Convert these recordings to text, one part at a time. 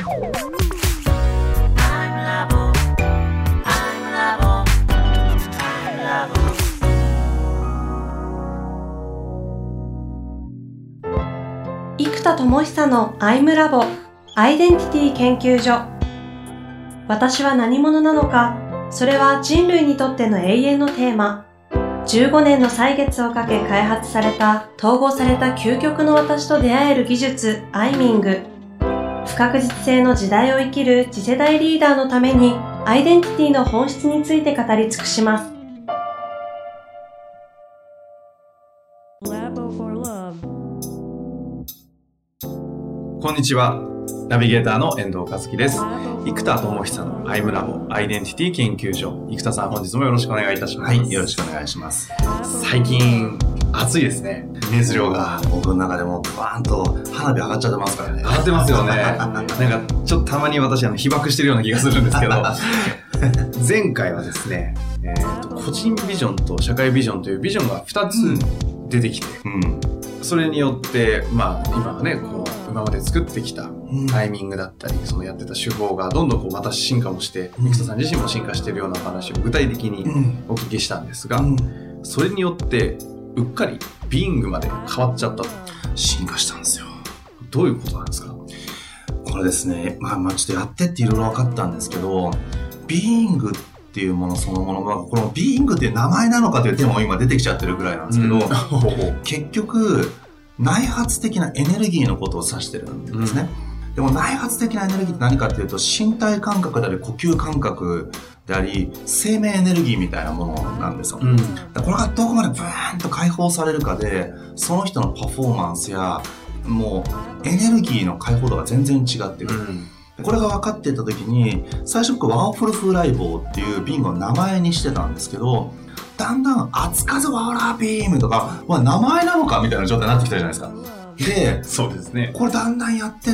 生田智久のアイムラボアイデンティティ研究所。私は何者なのか、それは人類にとっての永遠のテーマ。15年の歳月をかけ開発された統合された究極の私と出会える技術アイミング。不確実性の時代を生きる次世代リーダーのためにアイデンティティの本質について語り尽くします。 こんにちは。ナビゲーターの遠藤和樹です。生田智久のアイムラボアイデンティティ研究所。生田さん、本日もよろしくお願いいたします。 はい、よろしくお願いします。 最近暑いですね。熱量が僕の中でもバーンと花火上がっちゃってますからね。 上がってますよね。なんかちょっとたまに私被爆してるような気がするんですけど前回はですね、個人ビジョンと社会ビジョンというビジョンが2つ出てきて、それによって今はね、こう今まで作ってきたタイミングだったり、そのやってた手法がどんどんこうまた進化もして、生田さん自身も進化しているような話を具体的にお聞きしたんですが、それによってうっかりビーイングまで変わっちゃったと。 進化したんですよ。 どういうことなんですか？ これですね、ちょっとやってっていろいろ分かったんですけど、ビーイングっていうものそのものは、このビーイングっていう名前なのかというテーマも今出てきちゃってるぐらいなんですけど、結局内発的なエネルギーのことを指してるんですね。でも内発的なエネルギーって何かっていうと、身体感覚であり呼吸感覚であり生命エネルギーみたいなものなんですよ。これがどこまでブーンと解放されるかで、その人のパフォーマンスやもうエネルギーの解放度が全然違ってくる。これが分かっていった時に、最初僕ワーフルフライボーっていうビンゴの名前にしてたんですけど、だんだん熱風ワーラービームとか、名前なのかみたいな状態になってきたじゃないですか。で、 そうですね。これだんだんやってって、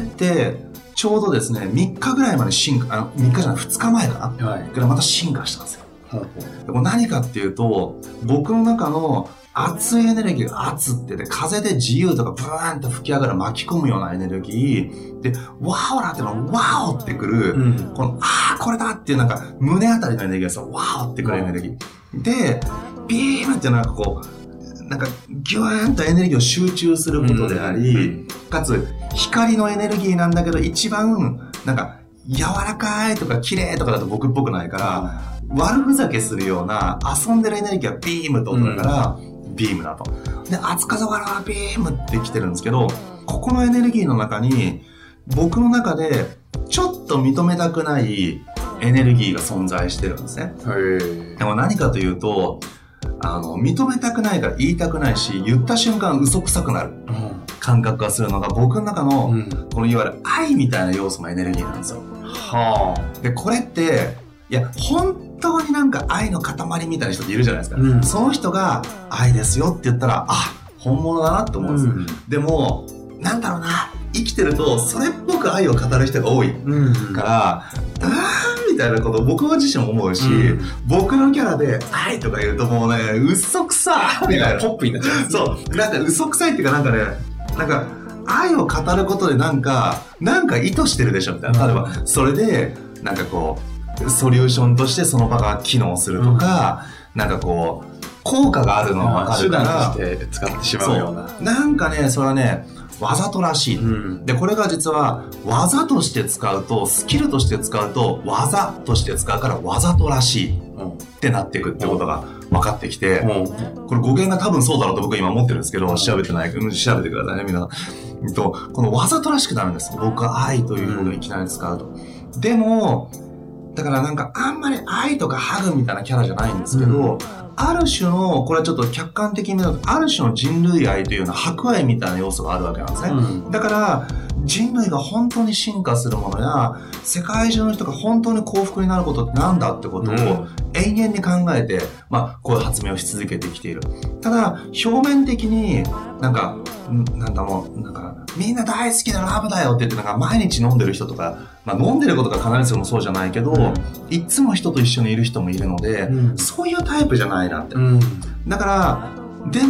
ちょうどですね、3日ぐらいまで3日じゃない、2日前かな、からまた進化したんですよ。これ何かっていうと、僕の中の熱いエネルギーが熱ってて、風で自由とかブーンと吹き上がる巻き込むようなエネルギーで、ワーオラっていうのはワオってくる、このこれだっていうなんか胸あたりのエネルギーがさ、ワオってくるエネルギーで、ビームっていうのはこうなんかギューンとエネルギーを集中することであり、かつ光のエネルギーなんだけど、一番なんか柔らかいとか綺麗とかだと僕っぽくないから、悪ふざけするような遊んでるエネルギーはビームって音だから、ビームだと。で、熱風ワラビームって来てるんですけど、ここのエネルギーの中に僕の中でちょっと認めたくないエネルギーが存在してるんですね。でも何かというと、認めたくないから言いたくないし、言った瞬間嘘くさくなる感覚がするのが僕の中の、このいわゆる愛みたいな要素のエネルギーなんですよ。で、これっていや本当になんか愛の塊みたいな人っているじゃないですか。その人が愛ですよって言ったら、本物だなって思うんです。でもなんだろうな、生きてるとそれっぽく愛を語る人が多いから、みたいなことを僕自身も思うし、僕のキャラで愛とか言うともうね、嘘くさみたいな、 ポップになっちゃう。 そう、なんか嘘くさいっていうか、なんかね、なんか愛を語ることでなんか意図してるでしょみたいな。例えばそれでなんかこうソリューションとしてその場が機能するとか、なんかこう効果があるのが分かるから、 手段として使ってしまうような。 なんかね、それはね、わざとらしい、でこれが実は技として使うと、スキルとして使うと技として使うからわざとらしいってなっていくってことが分かってきて、これ語源が多分そうだろうと僕は今思ってるんですけど、調べてないけど調べてくださいね、みんな。このわざとらしくなるんです。僕は愛というものをいきなり使うと。でもだからなんかあんまり愛とかハグみたいなキャラじゃないんですけど、ある種の、これはちょっと客観的に見ると、ある種の人類愛というような博愛みたいな要素があるわけなんですね。だから人類が本当に進化するものや、世界中の人が本当に幸福になることってなんだってことを永遠に考えて、こういう発明をし続けてきている。ただ表面的になんかみんな大好きなラブだよって言ってなんか毎日飲んでる人とか、飲んでることが必ずしもそうじゃないけど、いつも人と一緒にいる人もいるので、そういうタイプじゃないなって。だからでも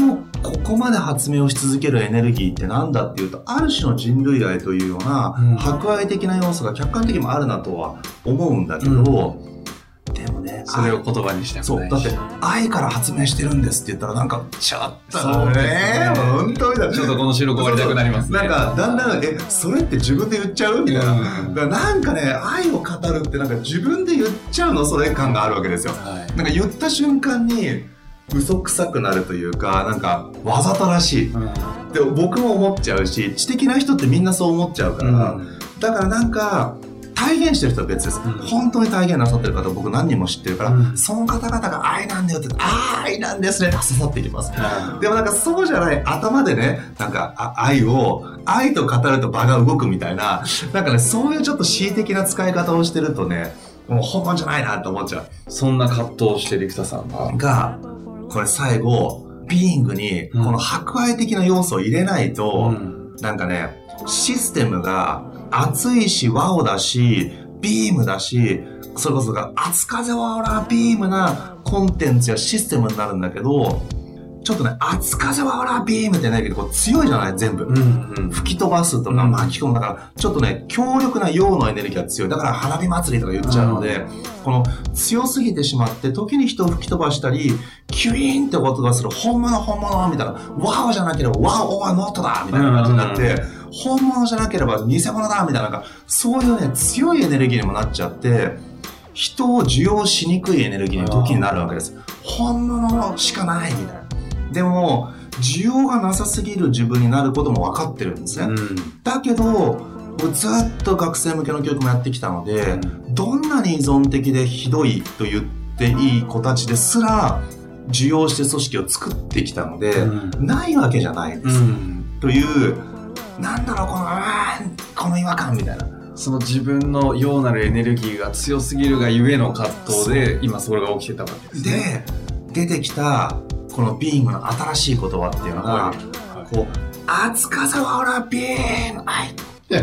ここまで発明をし続けるエネルギーってなんだっていうと、ある種の人類愛というような博愛的な要素が客観的にもあるなとは思うんだけど、でもね、 それを言葉にしたくないし。 そう、だって愛から発明してるんですって言ったらなんかちょっとね、本当にだ。 ちょっとこの収録終わりたくなりますね。 なんかだんだんそれって自分で言っちゃうみたいな。だからなんかね、愛を語るってなんか自分で言っちゃうのそれ感があるわけですよ。なんか言った瞬間に嘘くさくなるというか、なんかわざとらしい。で僕も思っちゃうし、知的な人ってみんなそう思っちゃうから、だからなんか。体現してる人は別です。本当に体現なさってる方僕何人も知ってるから、その方々が愛なんだよって、愛なんですねって刺さっていきます。でもなんかそうじゃない、頭でね、なんか愛と語ると場が動くみたいな、なんかね、そういうちょっと恣意的な使い方をしてるとね、もう本物じゃないなって思っちゃう。 そんな葛藤をしてる生田さんが、これ最後、ビーイングにこの博愛的な要素を入れないと、なんかね、システムが熱いし、ワオだし、ビームだし、それこそが熱風ワオラビームなコンテンツやシステムになるんだけど、ちょっとね、熱風ワオラビームってないけど、こう強いじゃない全部。吹き飛ばすとか巻き込む。だから、ちょっとね、強力な陽のエネルギーが強い。だから花火祭りとか言っちゃうので、この強すぎてしまって、時に人を吹き飛ばしたり、キュイーンって音がする、本物みたいな、ワオじゃなければワオはノットだみたいな感じになって、本物じゃなければ偽物だみたいな、なんかそういうね、強いエネルギーにもなっちゃって、人を受容しにくいエネルギーの時になるわけです。本物しかないみたいな。でも、需要がなさすぎる自分になることも分かってるんですね。だけど、ずっと学生向けの教育もやってきたので、どんなに依存的でひどいと言っていい子たちですら、受容して組織を作ってきたので、ないわけじゃないです。という、なんだろう、この違和感みたいな。 その自分の陽なるエネルギーが強すぎるがゆえの葛藤で、今それが起きてたわけですね。 で、出てきた、このビーイングの新しい言葉っていうのが、こう、熱風ワオラビーム愛。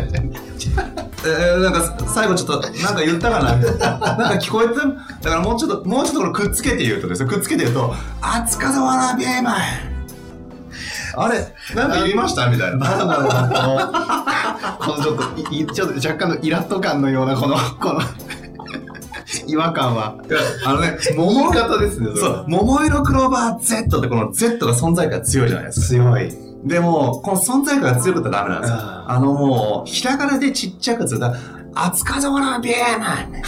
なんか最後ちょっとなんか言ったかななんか聞こえた。だからもうちょっとこれくっつけて言うとですよ。くっつけて言うと、熱風ワオラビーム愛。あれなんか言いましたみたいな。 なんだろうな、このちょっと若干のイラッと感のようなこの違和感は。 言い方ですね。そう。桃色クローバー Z ってこの Z が存在感強いじゃないですか。 強い。 でも、この存在感が強くてダメなんですよ。もう、ひらがなでちっちゃくつった熱風ワオラビーム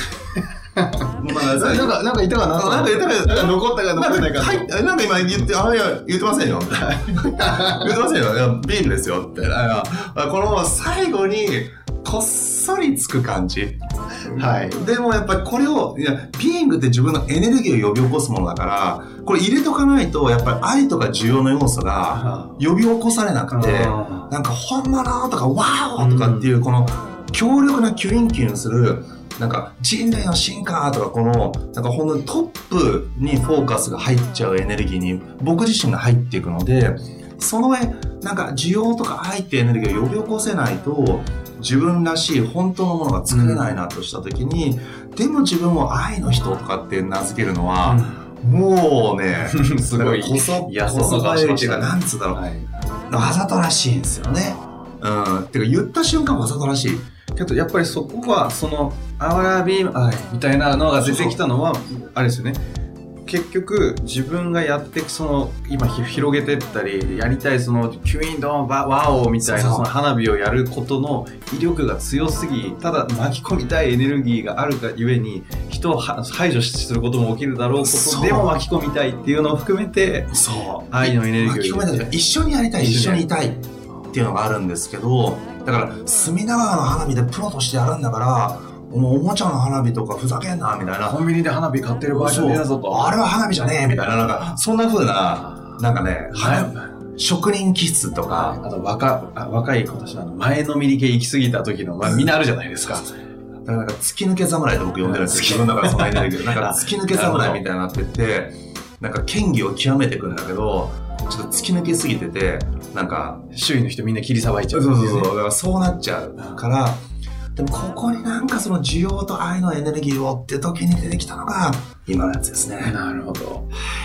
なんか言ったかな。 なんか言ったかな。 残ったか残ってないか。 はい。なんか今言ってませんよ。言ってませんよ。ビームですよって。この最後にこっそりつく感じ。はい。でもやっぱりこれを、ビーイングって自分のエネルギーを呼び起こすものだから、これ入れとかないと、やっぱり愛とか需要の要素が呼び起こされなくて、なんか本物とかワオとかっていうこの強力なキュインキュインする、なんか人類の進化とかこのなんかほんとにトップにフォーカスが入っちゃうエネルギーに僕自身が入っていくので、その上なんか需要とか愛ってエネルギーを呼び起こせないと自分らしい本当のものが作れないなとした時に、でも自分を愛の人とかって名付けるのは、もうねすごいこそばゆいっていうかなんつうんだろう、わざとらしいんですよね。てか言った瞬間わざとらしいけど、やっぱりそこはそのアワラビームアイみたいなのが出てきたのはあれですよね。結局自分がやってその今広げてったりやりたいそのキュインドンワオみたいなその花火をやることの威力が強すぎ、ただ巻き込みたいエネルギーがあるがゆえに人を排除することも起きるだろうことでも巻き込みたいっていうのを含めて、愛のエネルギーを巻き込めたい、一緒にやりたい、一緒にいたいっていうのがあるんですけど、だから隅田川の花火でプロとしてやるんだからおもちゃの花火とかふざけんなみたいな、 コンビニで花火買ってる場合じゃねえぞと、 あれは花火じゃねえみたいな、なんかそんな風ななんかね、職人気質とか、 あと若い子たちの前のめり系行き過ぎた時の、みんなあるじゃないですか。 だからなんか突き抜け侍と僕呼んでるんですよ。自分だからそのエネルギーなんか突き抜け侍みたいになってて、なんか剣技を極めていくんだけど、ちょっと突き抜けすぎてて、なんか周囲の人みんな切りさばいちゃう。 そうだからそうなっちゃうから、でもここになんかその需要と愛のエネルギーをって時に出てきたのが今のやつですね。 なるほど。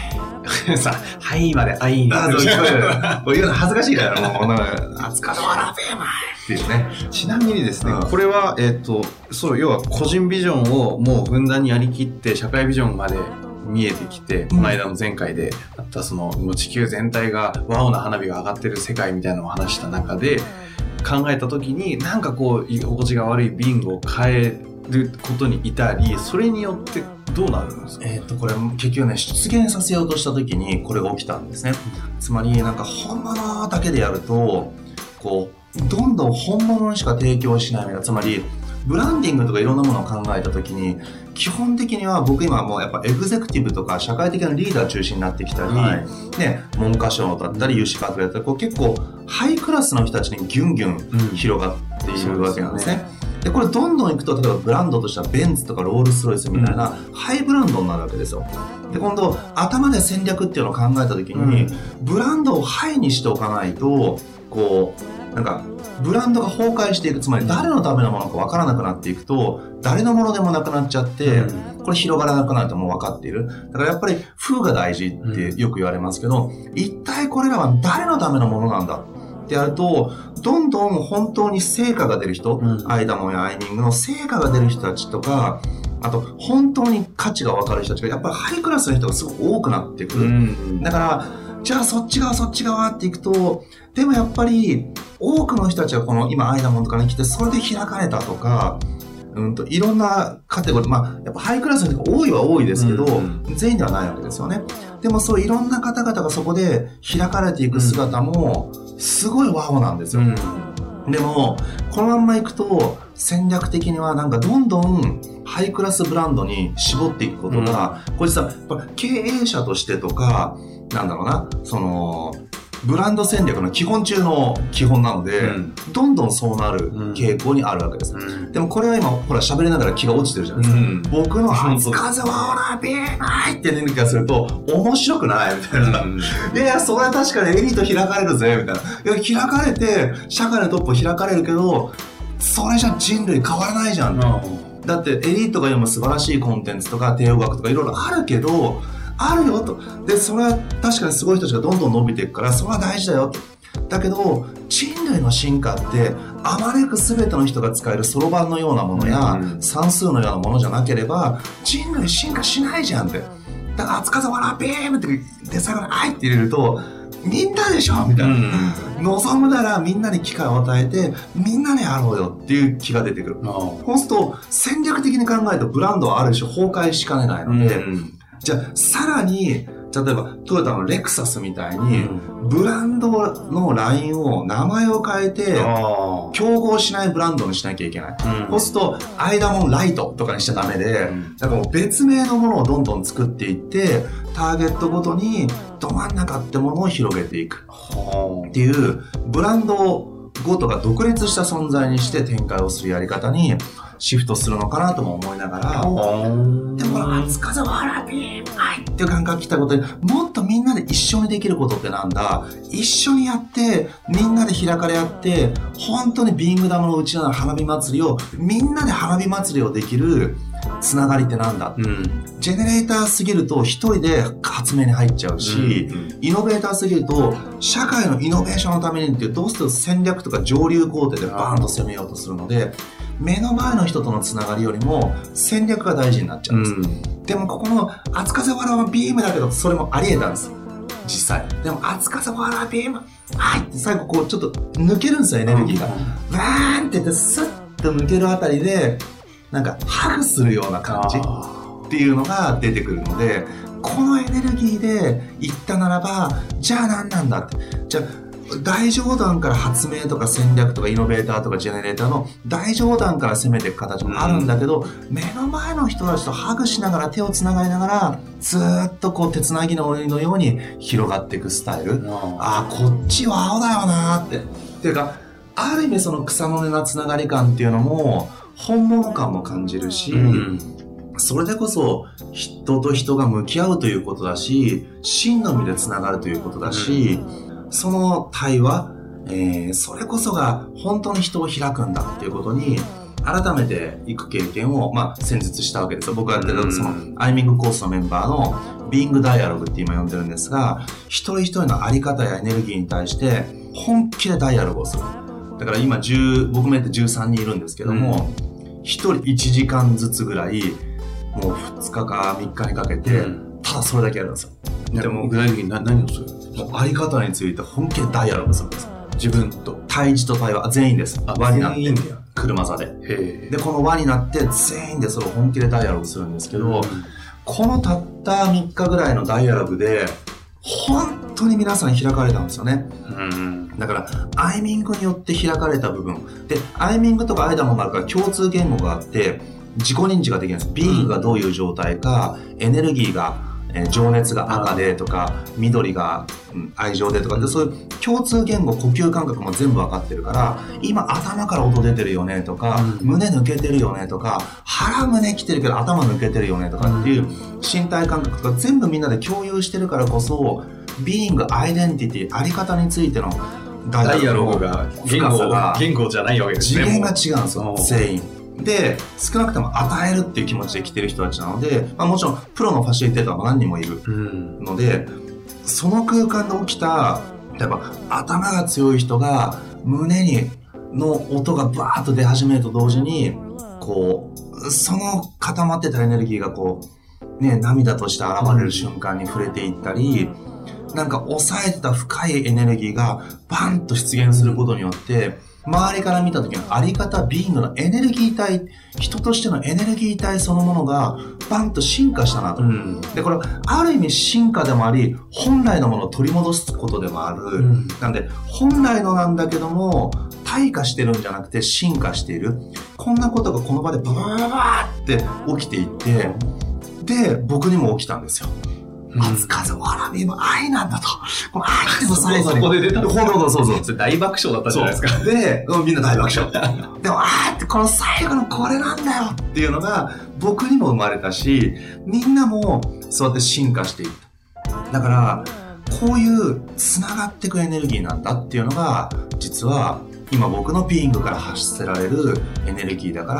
さ、はいまで愛に。 そう聞こえる。こう言うの恥ずかしいから、もう、熱かったわらべーまいっていうね。 ちなみにですね、これは、そう、要は個人ビジョンをもうふんだんにやりきって、社会ビジョンまで見えてきて、この間の前回であったもう地球全体がワオな花火が上がってる世界みたいなのを話した中で、考えた時に、なんかこう、居心地が悪いビンゴを変えることに至り、それによってどうなるんですか？ これ結局ね、出現させようとした時にこれが起きたんですね。つまりなんか本物だけでやると、こうどんどん本物にしか提供しないみたいな。つまりブランディングとかいろんなものを考えた時に、基本的には僕今もうやっぱエグゼクティブとか社会的なリーダー中心になってきたり、ね、文科省だったり有志学だったり、こう結構ハイクラスの人たちにギュンギュン広がっているわけなんですね。でこれどんどんいくと、例えばブランドとしてはベンツとかロールスロイスみたいなハイブランドになるわけですよ。で今度頭で戦略っていうのを考えた時に、ブランドをハイにしておかないと、こうなんかブランドが崩壊していく、つまり誰のためのものか分からなくなっていくと、誰のものでもなくなっちゃって、これ広がらなくなるともう分かっている。だからやっぱり風が大事ってよく言われますけど、一体これらは誰のためのものなんだってやると、どんどん本当に成果が出る人、アイダモンやアイミングの成果が出る人たちとか、あと本当に価値が分かる人たちがやっぱりハイクラスの人がすごく多くなってくる。だからじゃあそっち側っていくと、でもやっぱり多くの人たちがこの今アイダモンとかに来て、それで開かれたとか、いろんなカテゴリー、やっぱハイクラスの人が多いは多いですけど、全員ではないわけですよね。でもそういろんな方々がそこで開かれていく姿もすごいワオなんですよ。でもこのまんまいくと戦略的にはなんかどんどんハイクラスブランドに絞っていくことが、これ実はやっぱ経営者としてとか、なんだろうな、そのブランド戦略の基本中の基本なので、どんどんそうなる傾向にあるわけです、でもこれは今ほら喋りながら気が落ちてるじゃないですか、僕の初風はオラビーナイって言う気がすると面白くないみたいな、いやそれは確かにエリート開かれるぜみたいな、いや開かれて社会のトップ開かれるけど、それじゃ人類変わらないじゃん、だってエリートが読む素晴らしいコンテンツとか帝王学とかいろいろあるけど、あるよと。で、それは確かにすごい人たちがどんどん伸びていくから、それは大事だよと。だけど、人類の進化って、あまねく全ての人が使えるそろばんのようなものや、算数のようなものじゃなければ、人類進化しないじゃんって。だから、熱風わらビームって、で、最後に、愛って入れると、みんなでしょみたいな。望むならみんなに機会を与えて、みんなでやろうよっていう気が出てくる。そうすると、戦略的に考えると、ブランドはある種崩壊しかねないので、じゃあさらに例えばトヨタのレクサスみたいに、ブランドのラインを名前を変えて競合しないブランドにしなきゃいけない、そうするとアイダモンライトとかにしちゃダメで、だからもう別名のものをどんどん作っていって、ターゲットごとにど真ん中ってものを広げていくっていうブランドごとが独立した存在にして展開をするやり方にシフトするのかなとも思いながら、でもこの熱風わらびーっていう感覚来たことで、もっとみんなで一緒にできることってなんだ、一緒にやってみんなで開かれ合って、本当にビングダムのうちなら花火祭りをみんなで花火祭りをできるつながりってなんだ、ジェネレーターすぎると一人で発明に入っちゃうし、イノベーターすぎると社会のイノベーションのためにっていう、どうする戦略とか上流工程でバーンと攻めようとするので、目の前の人とのつながりよりも戦略が大事になっちゃうんです、でもここの熱風わらはビームだけど、それもあり得たんです実際。でも熱風わらビームって最後こうちょっと抜けるんですよ、エネルギーがバーンって言ってスッと抜けるあたりでなんかハグするような感じっていうのが出てくるので、このエネルギーで言ったならば、じゃあ何なんだって、じゃあ大上段から発明とか戦略とかイノベーターとかジェネレーターの大上段から攻めていく形もあるんだけど、目の前の人たちとハグしながら手をつながりながらずっとこう手つなぎの折のように広がっていくスタイル、こっちは青だよなっていうか、ある意味その草の根なつながり感っていうのも本物感も感じるし、それでこそ人と人が向き合うということだし、真の意味でつながるということだし、その対話、それこそが本当に人を開くんだっていうことに改めて行く経験を、先日したわけですよ。僕がやってるそのアイミングコースのメンバーのビーイングダイアログって今呼んでるんですが、一人一人のあり方やエネルギーに対して本気でダイアログをする。だから今僕もやって13人いるんですけども、一人1時間ずつぐらいもう2日か3日にかけて、ただそれだけやるんですよ。 でも具体的に何をする？ もうあり方について本気でダイアログするんです。 自分と対峙と対話全員です。輪になって全員や車座で。でこの輪になって全員でそれを本気でダイアログするんですけど、このたった3日ぐらいのダイアログで本当に皆さん開かれたんですよね。だからアイミングによって開かれた部分で、アイミングとかアイダもあるから共通言語があって自己認知ができるんです。ビーイングがどういう状態か、エネルギーが情熱が赤でとか、緑が愛情でとかで、そういう共通言語、呼吸感覚も全部分かってるから、今頭から音出てるよねとか、胸抜けてるよねとか、腹胸来てるけど頭抜けてるよねとかっていう身体感覚とか全部みんなで共有してるからこそ、ビーイング、アイデンティティ、あり方についてのダイアログが言語じゃないわけですね。 次元が違うんですよ、全員。で、少なくとも与えるっていう気持ちで来てる人たちなので、もちろんプロのファシリテーターも何人もいるので、その空間で起きた、例えば頭が強い人が胸の音がバーッと出始めると同時に、こう、その固まってたエネルギーがこう、涙として現れる瞬間に触れていったり、なんか抑えてた深いエネルギーがバンと出現することによって、周りから見た時のあり方、ビーイングのエネルギー体、人としてのエネルギー体そのものがバンと進化したなと。で、これある意味進化でもあり、本来のものを取り戻すことでもある。なんで、本来のなんだけども、退化してるんじゃなくて進化している。こんなことがこの場でバーって起きていって、で、僕にも起きたんですよ。初風わらびも愛なんだと。この愛っても最後に。 そこで出た。 そう。 大爆笑だったじゃないですか。 で、みんな大爆笑。でも、ってこの最後のこれなんだよっていうのが僕にも生まれたし、みんなもそうやって進化していった。だから、こういう繋がっていくエネルギーなんだっていうのが、実は今僕のビーイングから発せられるエネルギーだから、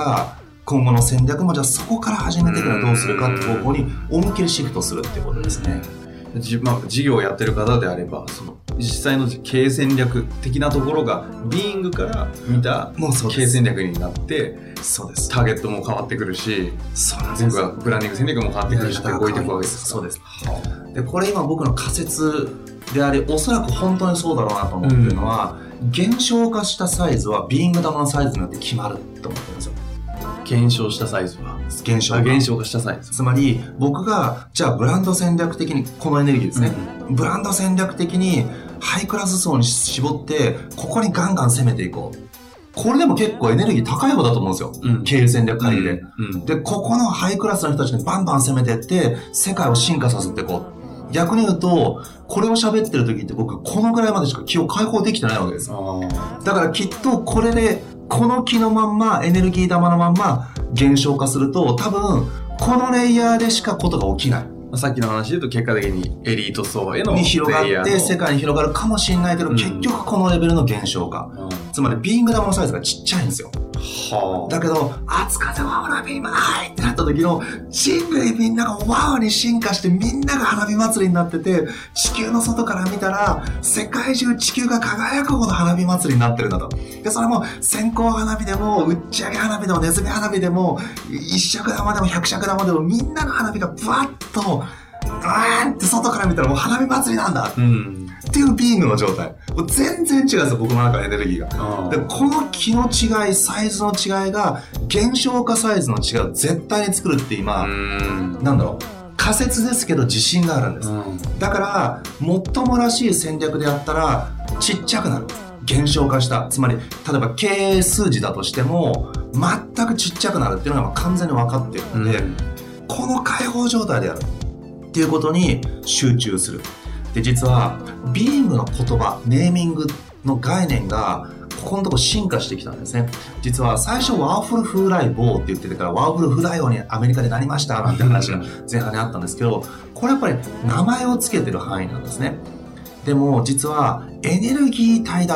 今後の戦略もじゃあそこから始めてからどうするかって方向に思いっきりシフトするってことですね。 事業をやってる方であれば、その実際の経営戦略的なところがビーイングから見た経営戦略になって、 そうです。 ターゲットも変わってくるし、全部がブランディング戦略も変わってくるし、動いていくわけですか。 そうです。で、これ今僕の仮説であり、おそらく本当にそうだろうなと思ってるのは、減少化したサイズはビーイング玉のサイズになって決まると思ってるんですよ。 減少したサイズは減少化したサイズ。 つまり僕がじゃあブランド戦略的にこのエネルギーですね、ブランド戦略的にハイクラス層に絞ってここにガンガン攻めていこう。これでも結構エネルギー高い方だと思うんですよ、経営戦略会議で、でここのハイクラスの人たちにバンバン攻めていって世界を進化させていこう。逆に言うとこれを喋ってる時って僕このぐらいまでしか気を解放できてないわけです。だからきっとこれでこの気のまんまエネルギー玉のまんま減少化すると多分このレイヤーでしかことが起きない。 さっきの話で言うと結果的にエリート層へのに広がって世界に広がるかもしれないけど、結局このレベルの減少化、つまりビーイング玉のサイズがちっちゃいんですよ。だけど熱風は花火今はいってなった時の人類みんながワオに進化してみんなが花火祭りになってて、地球の外から見たら世界中地球が輝くほど花火祭りになってるんだと。でそれも線香花火でも打ち上げ花火でもネズミ花火でも一尺玉でも百尺玉でもみんなの花火がブワッとって外から見たらもう花火祭りなんだ、っていうビーイングの状態。もう全然違うんですよ、僕の中のエネルギーが。でこの気の違い、サイズの違いが減少化サイズの違いを絶対に作るって今、なんだろう、仮説ですけど自信があるんです。だからもっともらしい戦略でやったらちっちゃくなる。減少化した。つまり例えば経営数字だとしても全くちっちゃくなるっていうのが完全に分かっているので、この解放状態でやるっていうことに集中する。で実はビーイングの言葉、ネーミングの概念がここのところ進化してきたんですね。実は最初ワーフルフーライボーって言ってたからワーフルフライオにアメリカでなりましたなんて話が前半にあったんですけど、これやっぱり名前をつけてる範囲なんですね。でも実はエネルギー体だって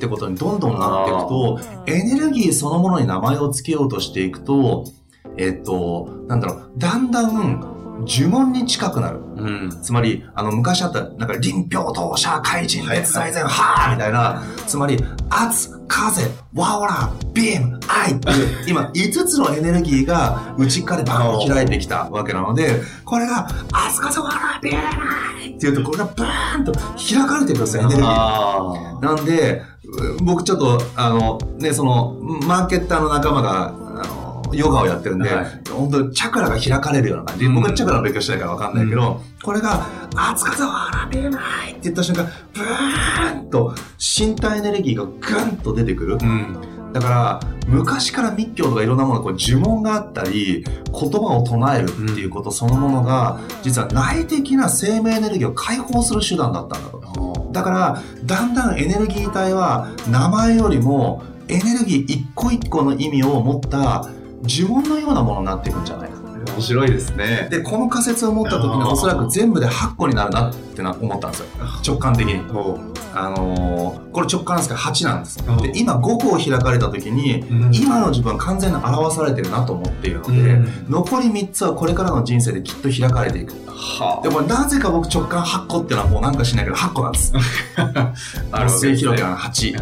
ってことにどんどんなっていくと、エネルギーそのものに名前を付けようとしていくと、なんだろう、だんだん呪文に近くなる。つまり、昔あった、なんか、臨氷当社、怪人、熱財前、はぁみたいな、つまり、圧、風、ワオラ、ビーム、愛っていう、今、5つのエネルギーが内側でバーンと開いてきたわけなので、これが、圧、風、ワオラ、ビーム、愛っていうと、これがバーンと開かれてくるんですよ、エネルギー。なんで、僕ちょっと、その、マーケッターの仲間が、ヨガをやってるんで、本当にチャクラが開かれるような感じ。僕はチャクラの勉強してないから分かんないけど、これが、熱風は荒びないって言った瞬間、ブーンと身体エネルギーがグンと出てくる。だから、昔から密教とかいろんなもの、呪文があったり、言葉を唱えるっていうことそのものが、実は内的な生命エネルギーを解放する手段だったんだと。だから、だんだんエネルギー体は、名前よりも、エネルギー一個一個の意味を持った呪文のようなものになっていくんじゃないか。 面白いですね。 で、この仮説を持った時におそらく全部で8個になるなって思ったんですよ。直感的に。これ直感ですから8なんです。で、今5個を開かれた時に、今の自分は完全に表されてるなと思っているので、残り3つはこれからの人生できっと開かれていく。でもなぜか僕直感8個っていうのはもうなんかしないけど8個なんです。末広が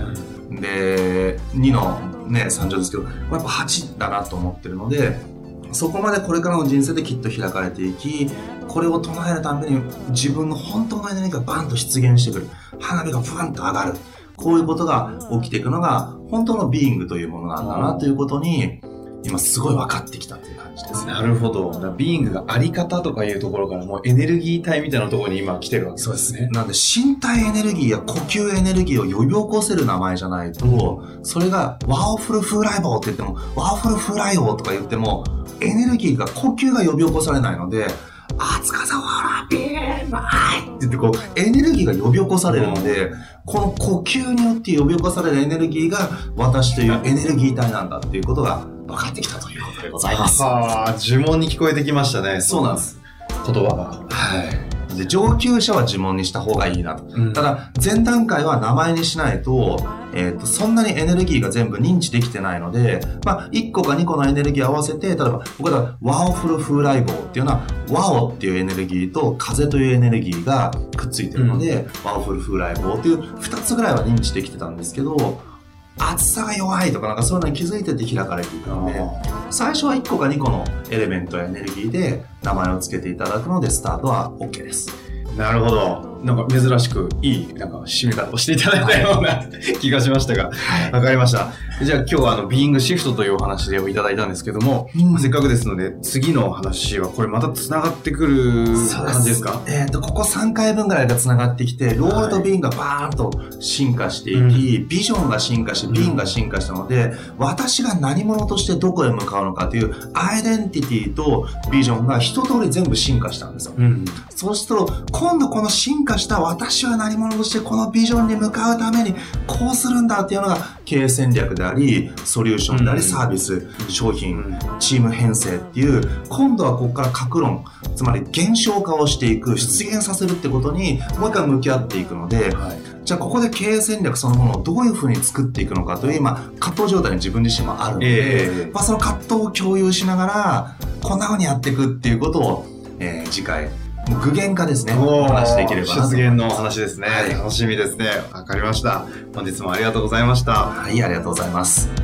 8。で、2のね、3乗ですけど、やっぱ8だなと思ってるので、そこまでこれからの人生できっと開かれていき、これを唱えるために自分の本当のエネルギーがバンと出現してくる。花火がブワンと上がる。こういうことが起きていくのが本当のビーイングというものなんだなということに、今すごい分かってきたという感じです。 なるほど。ビーイングがあり方とかいうところからもうエネルギー体みたいなところに今来てるわけですね。 そうですね。なんで身体エネルギーや呼吸エネルギーを呼び起こせる名前じゃないと、それがワオフル風来坊って言っても、ワオフル風来王とか言っても、エネルギーが、呼吸が呼び起こされないので、熱風わらビームアイって言ってこう、エネルギーが呼び起こされるので、この呼吸によって呼び起こされるエネルギーが私というエネルギー体なんだっていうことが分かってきたということでございます。 呪文に聞こえてきましたね。 そうなんです。 言葉が。 はい。で上級者は呪文にした方がいいなと。ただ、前段階は名前にしないと、そんなにエネルギーが全部認知できてないので、1個か2個のエネルギーを合わせて、例えば、僕はワオフル風来坊っていうのは、ワオっていうエネルギーと風というエネルギーがくっついてるので、ワオフル風来坊っていう2つぐらいは認知できてたんですけど、厚さが弱いとかなんかそういうのに気づいてて開かれていくので、最初は1個か2個のエレメントやエネルギーで名前を付けていただくのでスタートは OK です。 なるほど。なんか珍しくいいなんか締め方をしていただいたような気がしましたが、わかりました。じゃあ今日はビーイングシフトというお話をいただいたんですけども、せっかくですので次の話はこれまた繋がってくる感じですか？ ここ3回分ぐらいが繋がってきて、ロールとビーイングがバーンと進化していき、ビジョンが進化し、ビーイングが進化したので、私が何者としてどこへ向かうのかというアイデンティティとビジョンが一通り全部進化したんですよ。そうすると、今度この進化した私は何者としてこのビジョンに向かうためにこうするんだっていうのが経営戦略であり、ソリューションであり、サービス、商品、チーム編成っていう、今度はここから格論、つまり現象化をしていく、出現させるってことにもう一回向き合っていくので、じゃあここで経営戦略そのものをどういうふうに作っていくのかという今葛藤状態に自分自身もあるので、その葛藤を共有しながらこんなふうにやっていくっていうことを、次回具現化ですね、お話できればなと。 出現のお話ですね、楽しみですね。わかりました。本日もありがとうございました。 はい、ありがとうございます。